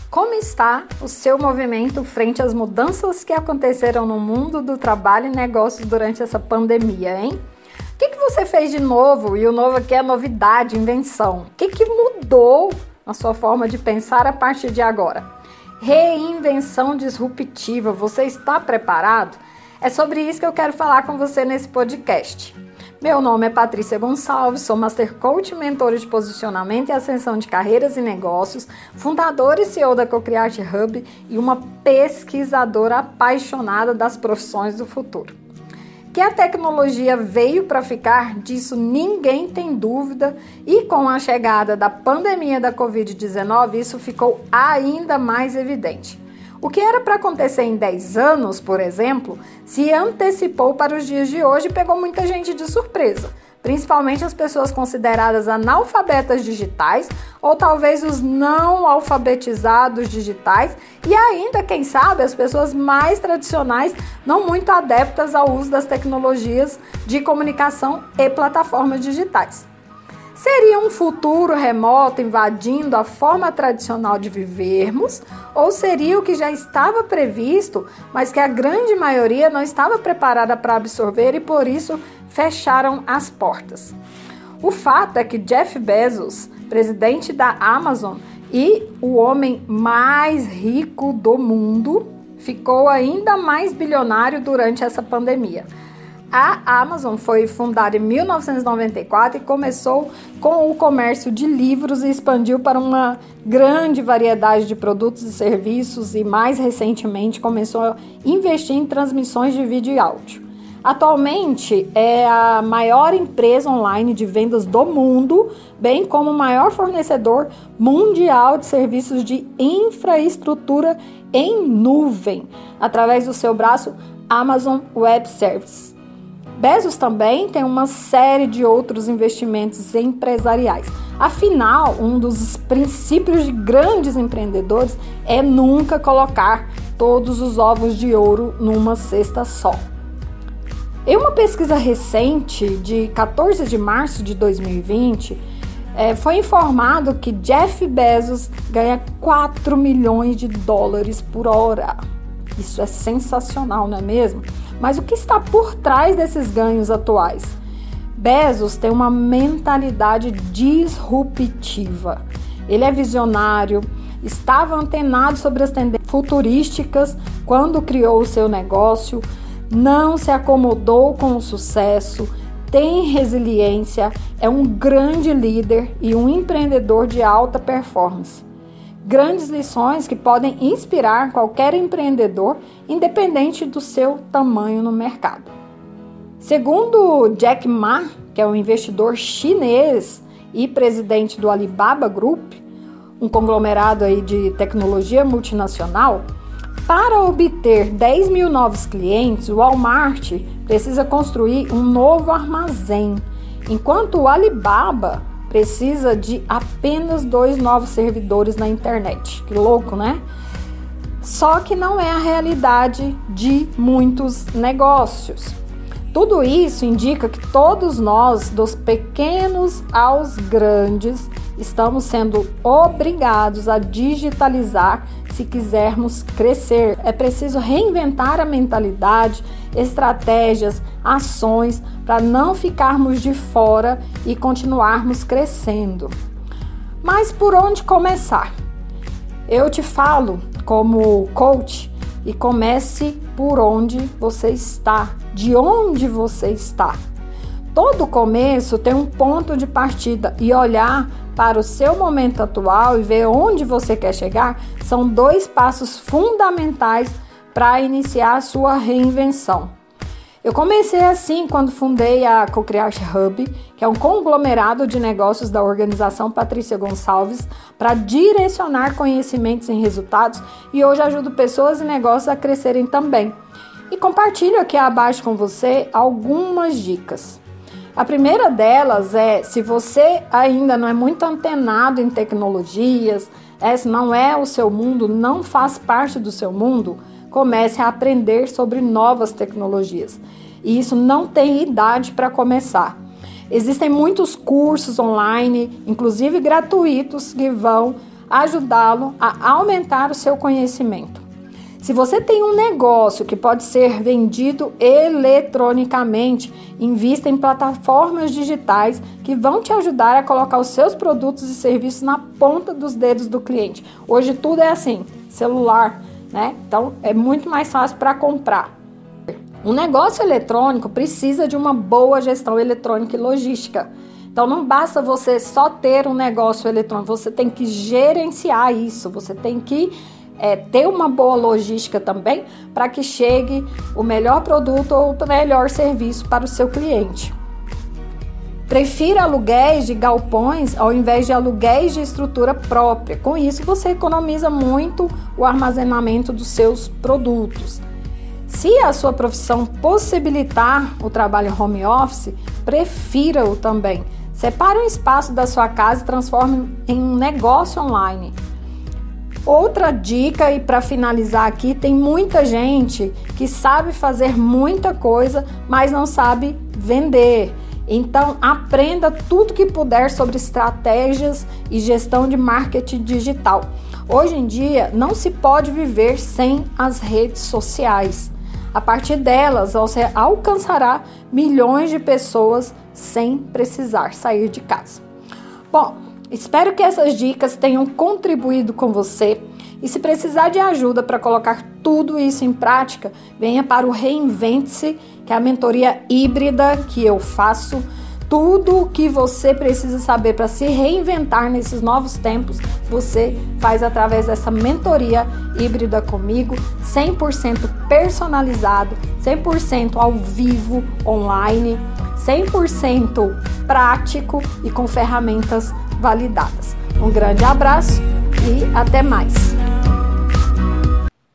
Como está o seu movimento frente às mudanças que aconteceram no mundo do trabalho e negócios durante essa pandemia, hein? O que você fez de novo? E o novo aqui é novidade, invenção. O que mudou na sua forma de pensar a partir de agora? Reinvenção disruptiva. Você está preparado? É sobre isso que eu quero falar com você nesse podcast. Meu nome é Patrícia Gonçalves, sou Master Coach, mentora de posicionamento e ascensão de carreiras e negócios, fundadora e CEO da CoCreate Hub e uma pesquisadora apaixonada das profissões do futuro. Que a tecnologia veio para ficar, disso ninguém tem dúvida, e com a chegada da pandemia da Covid-19, isso ficou ainda mais evidente. O que era para acontecer em 10 anos, por exemplo, se antecipou para os dias de hoje e pegou muita gente de surpresa, principalmente as pessoas consideradas analfabetas digitais ou talvez os não alfabetizados digitais e ainda, quem sabe, as pessoas mais tradicionais, não muito adeptas ao uso das tecnologias de comunicação e plataformas digitais. Seria um futuro remoto invadindo a forma tradicional de vivermos, ou seria o que já estava previsto, mas que a grande maioria não estava preparada para absorver e por isso fecharam as portas? O fato é que Jeff Bezos, presidente da Amazon e o homem mais rico do mundo, ficou ainda mais bilionário durante essa pandemia. A Amazon foi fundada em 1994 e começou com o comércio de livros e expandiu para uma grande variedade de produtos e serviços e mais recentemente começou a investir em transmissões de vídeo e áudio. Atualmente é a maior empresa online de vendas do mundo, bem como o maior fornecedor mundial de serviços de infraestrutura em nuvem, através do seu braço Amazon Web Services. Bezos também tem uma série de outros investimentos empresariais. Afinal, um dos princípios de grandes empreendedores é nunca colocar todos os ovos de ouro numa cesta só. Em uma pesquisa recente, de 14 de março de 2020, foi informado que Jeff Bezos ganha 4 milhões de dólares por hora. Isso é sensacional, não é mesmo? Mas o que está por trás desses ganhos atuais? Bezos tem uma mentalidade disruptiva. Ele é visionário, estava antenado sobre as tendências futurísticas quando criou o seu negócio, não se acomodou com o sucesso, tem resiliência, é um grande líder e um empreendedor de alta performance. Grandes lições que podem inspirar qualquer empreendedor, independente do seu tamanho no mercado. Segundo Jack Ma, que é um investidor chinês e presidente do Alibaba Group, um conglomerado aí de tecnologia multinacional, para obter 10 mil novos clientes, o Walmart precisa construir um novo armazém, enquanto o Alibaba precisa de apenas 2 novos servidores na internet. Que louco, né? Só que não é a realidade de muitos negócios. Tudo isso indica que todos nós, dos pequenos aos grandes, estamos sendo obrigados a digitalizar se quisermos crescer. É preciso reinventar a mentalidade, estratégias, ações para não ficarmos de fora e continuarmos crescendo. Mas por onde começar? Eu te falo como coach e comece por onde você está, de onde você está. Todo começo tem um ponto de partida e olhar para o seu momento atual e ver onde você quer chegar são 2 passos fundamentais para iniciar a sua reinvenção. Eu comecei assim quando fundei a CoCreate Hub, que é um conglomerado de negócios da organização Patrícia Gonçalves, para direcionar conhecimentos em resultados, e hoje ajudo pessoas e negócios a crescerem também. E compartilho aqui abaixo com você algumas dicas. A primeira delas é, se você ainda não é muito antenado em tecnologias, se não é o seu mundo, não faz parte do seu mundo, comece a aprender sobre novas tecnologias. E isso não tem idade para começar. Existem muitos cursos online, inclusive gratuitos, que vão ajudá-lo a aumentar o seu conhecimento. Se você tem um negócio que pode ser vendido eletronicamente, invista em plataformas digitais que vão te ajudar a colocar os seus produtos e serviços na ponta dos dedos do cliente. Hoje tudo é assim, celular, né? Então é muito mais fácil para comprar. Um negócio eletrônico precisa de uma boa gestão eletrônica e logística. Então não basta você só ter um negócio eletrônico, você tem que gerenciar isso, você tem que ter uma boa logística também para que chegue o melhor produto ou o melhor serviço para o seu cliente. Prefira aluguéis de galpões ao invés de aluguéis de estrutura própria. Com isso, você economiza muito o armazenamento dos seus produtos. Se a sua profissão possibilitar o trabalho home office, prefira-o também. Separe um espaço da sua casa e transforme em um negócio online. Outra dica, e para finalizar aqui, tem muita gente que sabe fazer muita coisa, mas não sabe vender. Então, aprenda tudo que puder sobre estratégias e gestão de marketing digital. Hoje em dia, não se pode viver sem as redes sociais. A partir delas, você alcançará milhões de pessoas sem precisar sair de casa. Bom, espero que essas dicas tenham contribuído com você. E se precisar de ajuda para colocar tudo isso em prática, venha para o Reinvente-se, que é a mentoria híbrida que eu faço. Tudo o que você precisa saber para se reinventar nesses novos tempos, você faz através dessa mentoria híbrida comigo, 100% personalizado, 100% ao vivo, online, 100% prático e com ferramentas validadas. Um grande abraço e até mais!